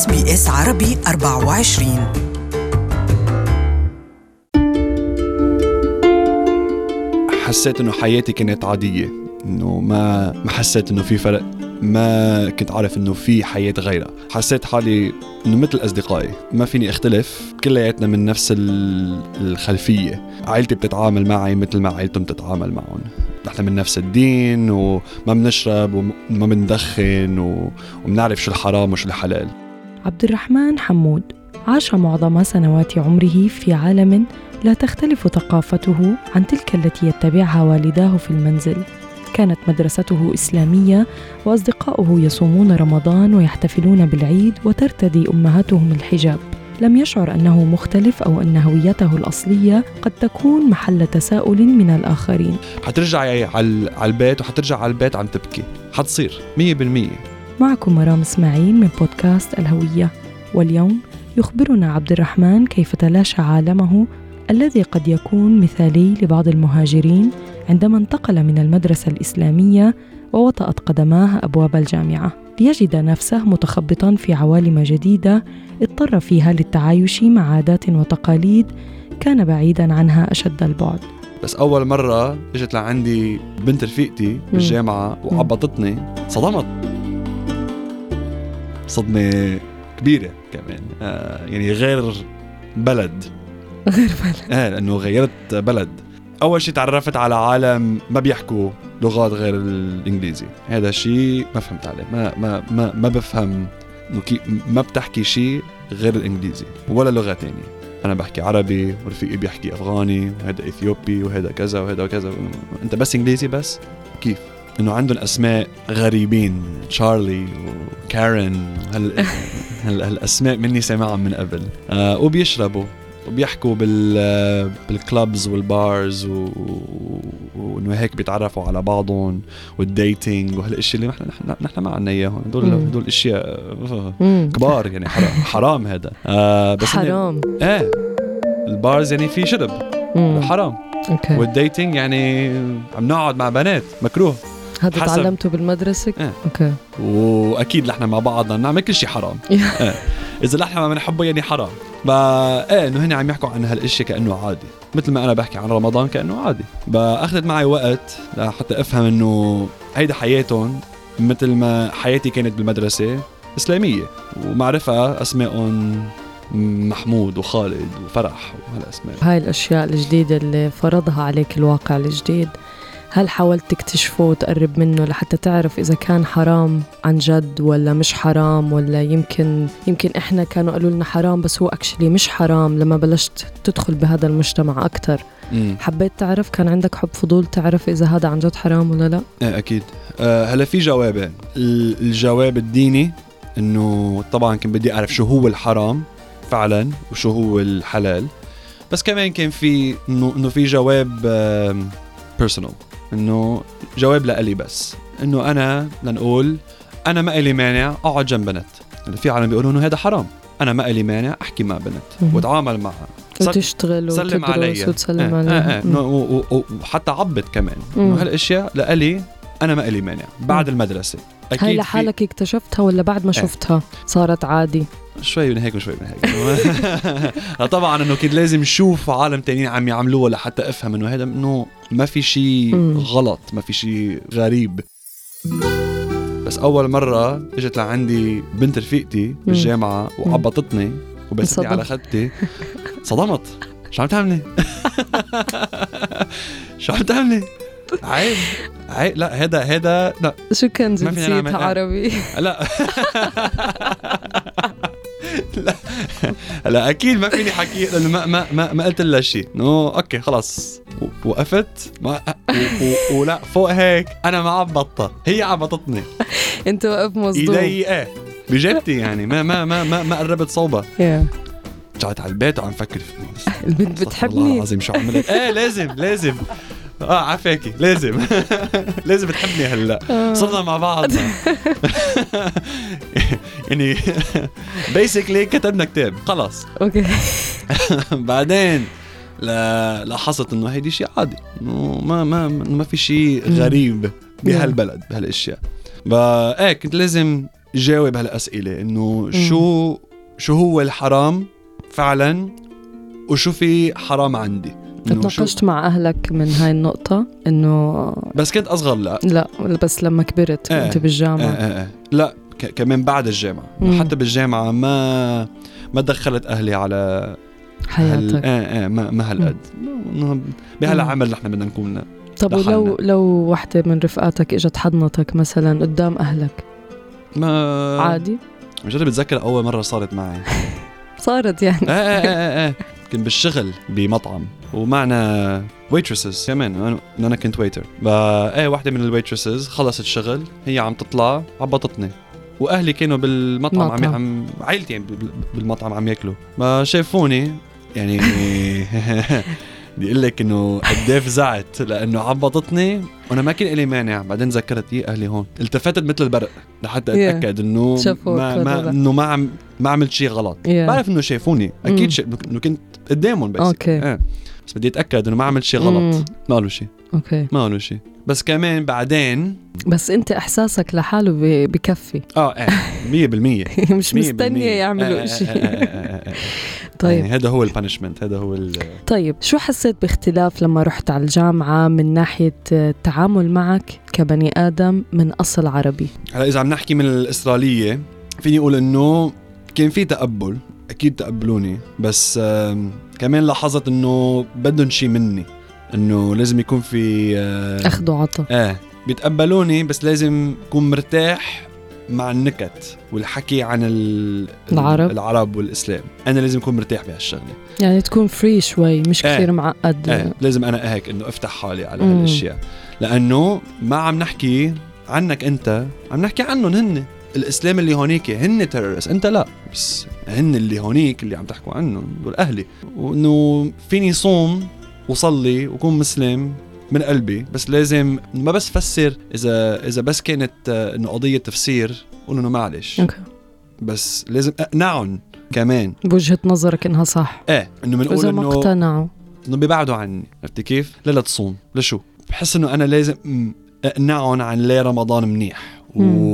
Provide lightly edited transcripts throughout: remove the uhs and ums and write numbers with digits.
SBS عربي 24. حسيت إنه حياتي كانت عادية، إنه ما حسيت إنه في فرق، ما كنت عارف إنه في حياة غيرها. حسيت حالي إنه مثل أصدقائي، ما فيني أختلف، كلياتنا من نفس الخلفية. عائلتي بتتعامل معي مثل ما عائلتهم بتتعامل معهم. نحن من نفس الدين وما بنشرب وما بندخن وبنعرف شو الحرام وشو الحلال. عبد الرحمن حمود عاش معظم سنوات عمره في عالم لا تختلف ثقافته عن تلك التي يتبعها والداه في المنزل. كانت مدرسته إسلامية وأصدقاؤه يصومون رمضان ويحتفلون بالعيد وترتدي أمهاتهم الحجاب. لم يشعر أنه مختلف أو أن هويته الأصلية قد تكون محل تساؤل من الآخرين. حترجعي على البيت وحترجع على البيت عم تبكي، حتصير 100%. معكم مرام إسماعيل من بودكاست الهوية، واليوم يخبرنا عبد الرحمن كيف تلاشى عالمه الذي قد يكون مثالي لبعض المهاجرين عندما انتقل من المدرسة الإسلامية ووطأت قدماه أبواب الجامعة ليجد نفسه متخبطاً في عوالم جديدة اضطر فيها للتعايش مع عادات وتقاليد كان بعيداً عنها أشد البعد. بس أول مرة اجت لعندي بنت رفيقتي بالجامعة وعبطتني، صدمت صدمة كبيرة كمان. يعني غير بلد لأنه غيرت بلد. أول شيء تعرفت على عالم ما بيحكوا لغات غير الإنجليزي. هذا شيء ما فهمت عليه، ما بفهم ما بتحكي شيء غير الإنجليزي ولا لغة تانية. أنا بحكي عربي ورفيقي بيحكي أفغاني وهذا إثيوبي وهذا كذا وهذا وكذا. أنت بس إنجليزي بس؟ كيف؟ إنه عندهم أسماء غريبين، تشارلي وكارين هالأسماء مني سمعهم من قبل. وبيشربوا وبيحكوا بالكلابز والبارز وإنه هيك بيتعرفوا على بعضهم والديتينج وهالاشياء اللي نحن ما عنا اياهم. هدول اشياء كبار، يعني حرام هذا. بس حرام. البارز يعني في شرب، حرام. أوكي. والديتينج يعني عم نقعد مع بنات، مكروه. هذا تعلمته بالمدرسة؟ اوكي. واكيد نحن مع بعضنا نعمل كل شيء حرام. اذا نحن ما بنحبه يعني حرام. انه هن عم يحكوا عن هالاشياء كانه عادي، مثل ما انا بحكي عن رمضان كانه عادي. اخذت معي وقت لحتى افهم انه هيدا حياتهم مثل ما حياتي كانت بالمدرسة اسلامية، ومعرفة اسمائهم محمود وخالد وفرح وهالاسماء. هاي الاشياء الجديدة اللي فرضها عليك الواقع الجديد، هل حاولت تكتشفه وتقرب منه لحتى تعرف إذا كان حرام عن جد ولا مش حرام، ولا يمكن إحنا كانوا قالوا لنا حرام بس هو أكشلي مش حرام لما بلشت تدخل بهذا المجتمع أكتر؟ حبيت تعرف، كان عندك حب فضول تعرف إذا هذا عن جد حرام ولا لا؟ أكيد. هلا في جوابين. الجواب الديني إنه طبعا كان بدي أعرف شو هو الحرام فعلا وشو هو الحلال، بس كمان كان في إنه في جواب personal، إنه جواب لألي بس، إنه أنا لنقول أنا ما إلي مانع أقعد جنب بنت. في عالم بيقولوا إنه هذا حرام، أنا ما إلي مانع أحكي مع بنت وتعامل معها وتشتغل وتدرس وتسلم عليها وحتى عبد كمان. إنه هالأشياء لألي أنا ما إلي مانع بعد المدرسة. أكيد هاي لحالك اكتشفتها ولا بعد ما شفتها صارت عادي؟ شوي من هيك وشوي من هيك. طبعا انه كنت لازم اشوف عالم تانيين عم يعملوه لحتى افهم انه هذا انه ما في شيء غلط، ما في شيء غريب. بس اول مرة اجت لعندي بنت رفيقتي بالجامعة وعبطتني وبسني على خدتي، صدمت. شو عم تعملي؟ شو عم تعملي؟ عيب لا هذا لا. شو كان جنسيتها؟ عربي؟ لا لا اكيد ما فيني حكي لانه ما قلت لها شيء. اوكي خلاص وقفت ولا فوق هيك انا ما عبطتها، هي عبطتني. انت واقف مصدوم ايدي بجبتي يعني ما قربت صوبها. رجعت على البيت وعم فكر البنت بتحبني والله العظيم شو عملت. لازم عفاكي لازم تحبني هلا. صرنا مع بعض يعني basically كتبنا كتاب خلاص. اوكي. بعدين لاحظت انه هيدي شيء عادي، انه ما في شيء غريب بهالبلد بهالاشياء. كنت لازم جاوب هالأسئلة إنه شو هو الحرام فعلا وشو في حرام عندي. تناقشت مع أهلك من هاي النقطة إنه بس كنت أصغر لا بس لما كبرت كنت بالجامعة لا كمان بعد الجامعة حتى بالجامعة ما دخلت أهلي على حياتك ما هالقد بهالعمل نحن بدنا نكون. طب لو واحدة من رفقاتك اجت حضنتك مثلا قدام أهلك ما عادي؟ مجرد بتذكر أول مرة صارت معي صارت يعني كنت بالشغل بمطعم ومعنا ويترسز كمان، أنا كنت ويتر. واحدة من الويترسز خلصت شغل، هي عم تطلع عبطتني، وأهلي كانوا بالمطعم عم عائلتي يعني بالمطعم عم يأكلوا، ما شافوني يعني بدي اقول لك انه قد فزعت لانه عبطتني وانا ما كان لي مانع. بعدين ذكرت اهلي هون، التفتت مثل البرق لحتى اتاكد انه ما عملت شيء غلط. بعرف انه شافوني اكيد انه كنت قدامهم بس بس بدي اتاكد انه ما عملت شيء غلط. ما قالوا شيء ما قالوا شيء. بس كمان بعدين بس انت احساسك لحاله بكفي 100% مش مستنيه يعملوا شيء. طيب يعني هذا هو البانشمنت، هذا هو طيب شو حسيت باختلاف لما رحت على الجامعة من ناحية التعامل معك كبني آدم من أصل عربي؟ هلا إذا عم نحكي من الإسرائيلية فيني أقول إنه كان في تقبل، أكيد تقبلوني، بس كمان لاحظت إنه بدهم شيء مني، إنه لازم يكون في أخذ وعطاء. بيتقبلوني بس لازم أكون مرتاح مع النكت والحكي عن العرب والإسلام. أنا لازم أكون مرتاح بهالشغلة، يعني تكون فري شوي، مش كثير معقد. لازم أنا هيك إنه أفتح حالي على هالأشياء، لأنه ما عم نحكي عنك أنت، عم نحكي عنهم هن. الإسلام اللي هونيك هن تيرورست، أنت لا، بس هن اللي هونيك اللي عم تحكوا عنهم دول أهلي. وإنه فيني صوم وصلي وكون مسلم من قلبي، بس لازم ما بس فسر إذا بس كانت إنه قضية تفسير قول إنه معلش بس لازم أقنعهم كمان بوجهة نظرك إنها صح. إنه بنقول إذا ما اقتنعوا إنه بيبعدوا عني. عرفتي كيف؟ لا تصوم لشو؟ بحس إنه أنا لازم أقنعهم عن ليه رمضان منيح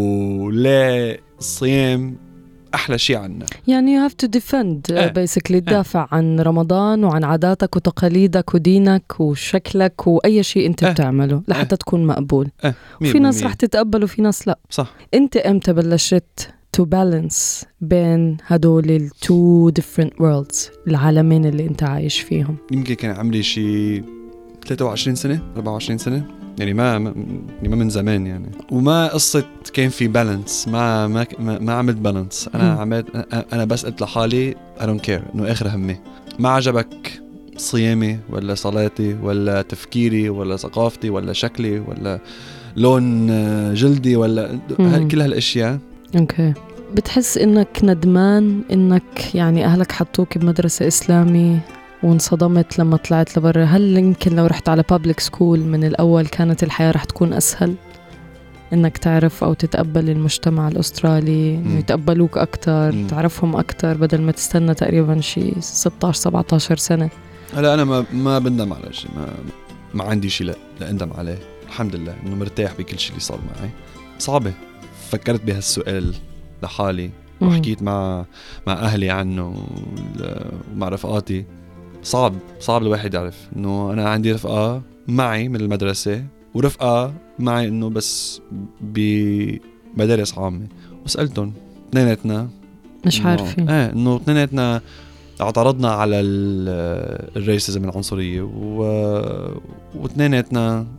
وليه الصيام أحلى شيء عنا. يعني you have to defend basically تدافع عن رمضان وعن عاداتك وتقاليدك ودينك وشكلك وأي شيء أنت بتعمله لحتى تكون مقبول. وفي ناس رح تتقبل وفي ناس لا. صح. أنت أمتى بلشت to balance بين هدول two different worlds، العالمين اللي أنت عايش فيهم؟ يمكن كان عمري شيء 23 سنة 24 سنة، يعني ما من زمان يعني. وما قصة كان في بالانس، ما عملت بالانس. أنا بس قلت لحالي I don't care، إنه آخر همي ما عجبك صيامي ولا صلاتي ولا تفكيري ولا ثقافتي ولا شكلي ولا لون جلدي ولا كل هالأشياء. بتحس إنك ندمان إنك يعني أهلك حطوك بمدرسة إسلامي وانصدمت لما طلعت لبرا؟ هل يمكن لو رحت على public school من الأول كانت الحياة رح تكون أسهل إنك تعرف أو تتقبل المجتمع الأسترالي، إنه يتقبلوك أكتر، تعرفهم أكتر، بدل ما تستنى تقريبا شي 16-17 سنة؟ هلا أنا ما بندم على شيء، ما عندي شيء لا أندم عليه. الحمد لله إنه مرتاح بكل شيء اللي صار معي. صعبة فكرت بهالسؤال لحالي وحكيت مع أهلي عنه ومع رفقاتي. صعب الواحد يعرف إنه أنا عندي رفقة معي من المدرسة ورفقة معي إنه بس بمدارس عامة، وسألتهم اثنيناتنا مش عارفين إنه اثنيناتنا اعترضنا على الريسيزم العنصرية، واثنيناتنا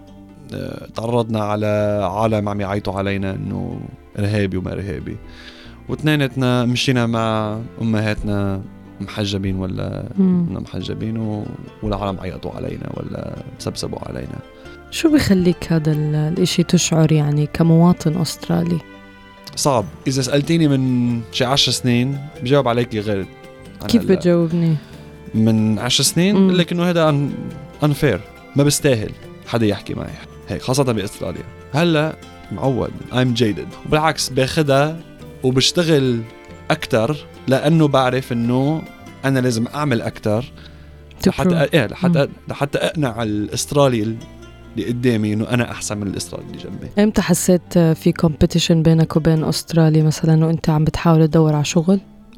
تعرضنا على عالم عم يعيطوا علينا إنه إرهابي وما إرهابي، واثنيناتنا مشينا مع أمهاتنا محجبين ولا محجبين والعالم عيطوا علينا ولا سبسبوا علينا. شو بيخليك هذا الاشي تشعر يعني كمواطن أسترالي؟ صعب. إذا سألتيني من شي 10 سنين بجاوب عليك غير. كيف بتجاوبني؟ من 10 سنين بقول لك إنه هذا unfair، ما بستاهل حدا يحكي معي هيك، خاصة بأستراليا. هلا معود I'm jaded، وبالعكس باخدها وبشتغل أكتر لأنه بعرف إنه أنا لازم أعمل أكتر لحتى أقنع الأسترالي اللي قدامي إنه أنا أحسن من الأسترالي اللي جنبي. امتى حسيت في كومبيتيشن بينك وبين أسترالي مثلا وأنت عم بتحاول تدور على شغل؟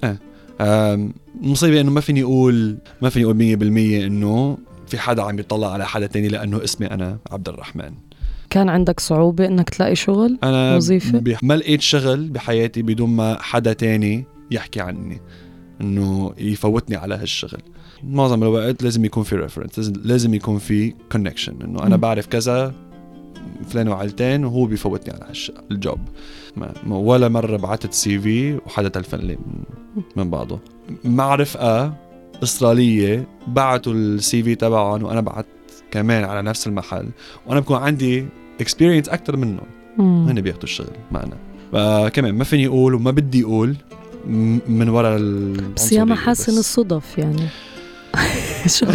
مصيبة إنه ما فيني أقول 100% إنه في حدا عم يطلع على حدا تاني لأنه اسمي أنا عبد الرحمن. كان عندك صعوبة إنك تلاقي شغل؟ أنا وظيفة؟ ما لقيت شغل بحياتي بدون ما حدا تاني يحكي عني إنه يفوتني على هالشغل. معظم الوقت لازم يكون في ريفرنس، لازم يكون في كونكشن، إنه أنا بعرف كذا فلان وعلتين وهو بيفوتني على الجوب. ولا مرة بعتت CV وحدا تلفن لي من بعضه. معرفة إسرائيلية بعتوا الCV تبعهم وأنا بعت كمان على نفس المحل، وأنا بكون عندي experience أكتر منهم، هن بياخدوا الشغل معنا. فكمان ما فيني أقول وما بدي أقول من وراء بس يا محاسن الصدف يعني. شو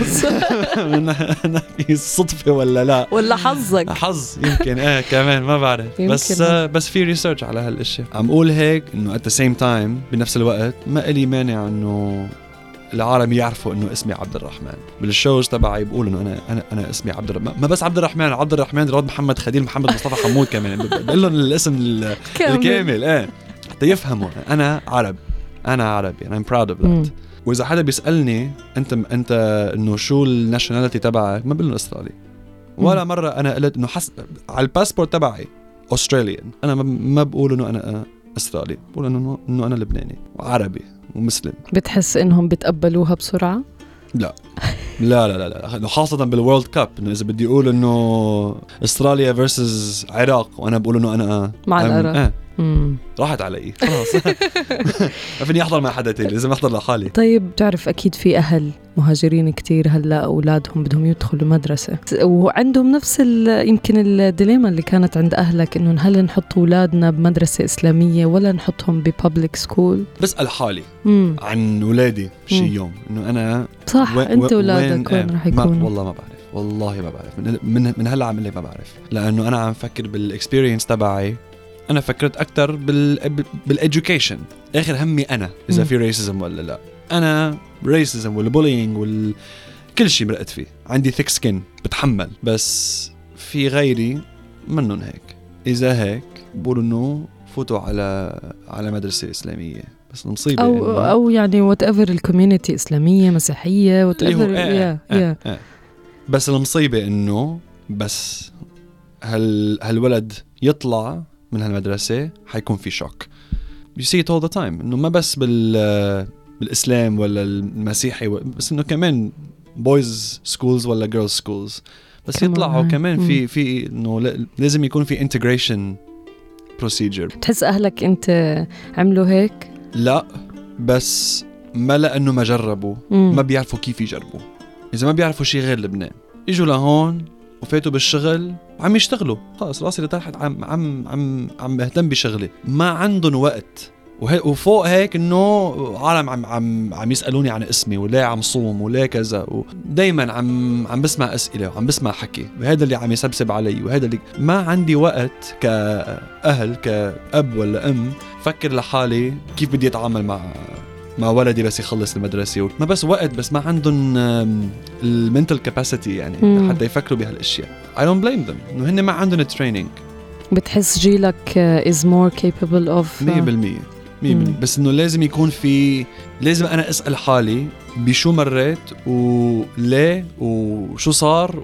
أنا في صدفة ولا لا ولا حظك؟ حظ يمكن كمان ما بعرف. بس في ريسيرش على هالاشياء. عم اقول هيك انه at the same time بنفس الوقت ما لي مانع انه العالم يعرفوا انه اسمي عبد الرحمن. بالشوز تبعي بقول انه انا اسمي عبد الرحمن، ما بس عبد الرحمن راد محمد خليل محمد مصطفى حمود كمان بقول لهم الاسم الكامل حتى يفهموا انا عربي I'm proud of that. وإذا حدا بيسألني أنت إنه شو الناشوناليتي تبعك، ما بقول إسرائيلي. ولا مرة أنا قلت إنه على الباسبورت تبعي أستراليان. أنا ما بقول إنه أنا إسرائيلي، بقول إنه أنا لبناني وعربي ومسلم. بتحس إنهم بتقبلوها بسرعة؟ لا خاصة بالورلد كاب، إنه إذا بدي أقول إنه إسرائيليا versus عراق وأنا بقول إنه أنا مع العراق راحت علي خلاص. ما فيني أحضر مع حدا تاني، لازم أحضر لحالي. طيب تعرف أكيد في أهل مهاجرين كتير هلأ أولادهم بدهم يدخلوا مدرسة وعندهم نفس يمكن الديليما اللي كانت عند أهلك، إنه هل نحط أولادنا بمدرسة إسلامية ولا نحطهم ببابليك سكول؟ بسأل حالي عن ولادي شي يوم إنه أنا صح أنت ولادك وين رح يكونوا؟ والله ما بعرف من هلا عم لي ما بعرف، لأنه أنا عم فكر بالإكسبيرينس تبعي. أنا فكرت أكتر بالإدوكيشن. آخر همي أنا إذا في ريسيزم ولا لا. أنا ريسيزم والبولينج كل شيء مرقت فيه، عندي ثيك سكين بتحمل. بس في غيري منهم هيك. إذا هيك بقولوا إنه فوتوا على مدرسة إسلامية. بس المصيبة أو يعني whatever الكوميونيتي إسلامية مسيحية whatever بس المصيبة إنه بس هالولد يطلع من هالمدرسة حيكون في شوك. You see it all the time. إنه ما بس بالإسلام ولا المسيحي بس إنه كمان boys schools ولا girls schools. بس يطلعوا كمان في إنه لازم يكون في integration procedure. تحس أهلك أنت عملوا هيك؟ لا بس ما لأنه ما جربوا ما بيعرفوا كيف يجربوا. إذا ما بيعرفوا شيء غير لبنان يجوا لهون وفاتوا بالشغل عم يشتغلوا خلاص راسي لتحت عم بهتم بشغلي. ما عندهم وقت. وفوق هيك انه عالم عم يسألوني عن اسمي ولا عم صوم ولا كذا، ودايما عم بسمع اسئله وعم بسمع حكي، وهذا اللي عم يسبسب علي وهذا اللي ما عندي وقت كأهل كأب ولا أم فكر لحالي كيف بدي اتعامل مع ولدي بس يخلص المدرسة. ما بس وقت بس ما عندهم المنتال كاباسيتي يعني حتى يفكروا بهالاشياء. I don't blame them انه هن ما عندهم training. بتحس جيلك is more capable of 100% بس انه لازم يكون في، لازم انا اسأل حالي بشو مريت وليه وشو صار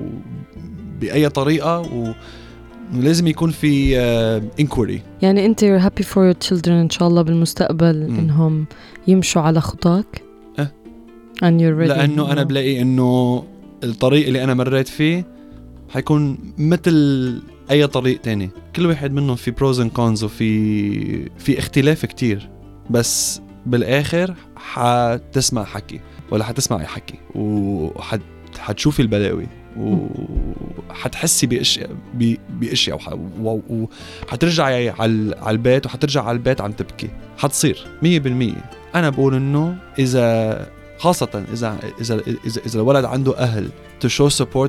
وبأي طريقة ولازم يكون في inquiry. يعني انت you're happy for your children ان شاء الله بالمستقبل انهم يمشوا على خطاك and you're ready. لانه انا بلاقي انه الطريق اللي انا مريت فيه حيكون مثل اي طريق تاني، كل واحد منهم في pros and cons وفي اختلاف كتير، بس بالاخر حتسمع حكي ولا حتسمعي حكي وحتشوفي البلاوي وحتحسي باشياء وحترجعي على البيت وحترجع على البيت عم تبكي. حتصير 100%. انا بقول انه اذا خاصة إذا الولد عنده أهل to show support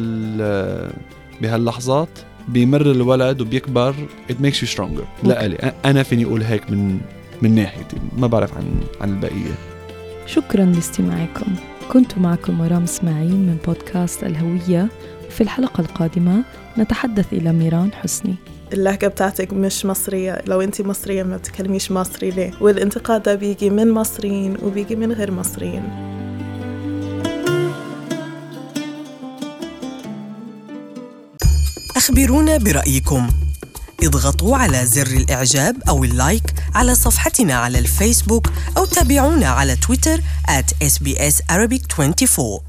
بهاللحظات بيمر الولد وبيكبر it makes you stronger. لا لي أنا فيني أقول هيك من ناحيتي، ما بعرف عن البقية. شكرا لاستماعكم. كنت معكم مرام إسماعيل من بودكاست الهوية. في الحلقة القادمة نتحدث إلى ميران حسني. اللهجة بتاعتك مش مصرية، لو أنت مصرية ما بتكلميش مصري ليه؟ والانتقاد ده بيجي من مصريين وبيجي من غير مصريين. أخبرونا برأيكم. اضغطوا على زر الإعجاب أو اللايك على صفحتنا على الفيسبوك أو تابعونا على تويتر @SBS Arabic 24.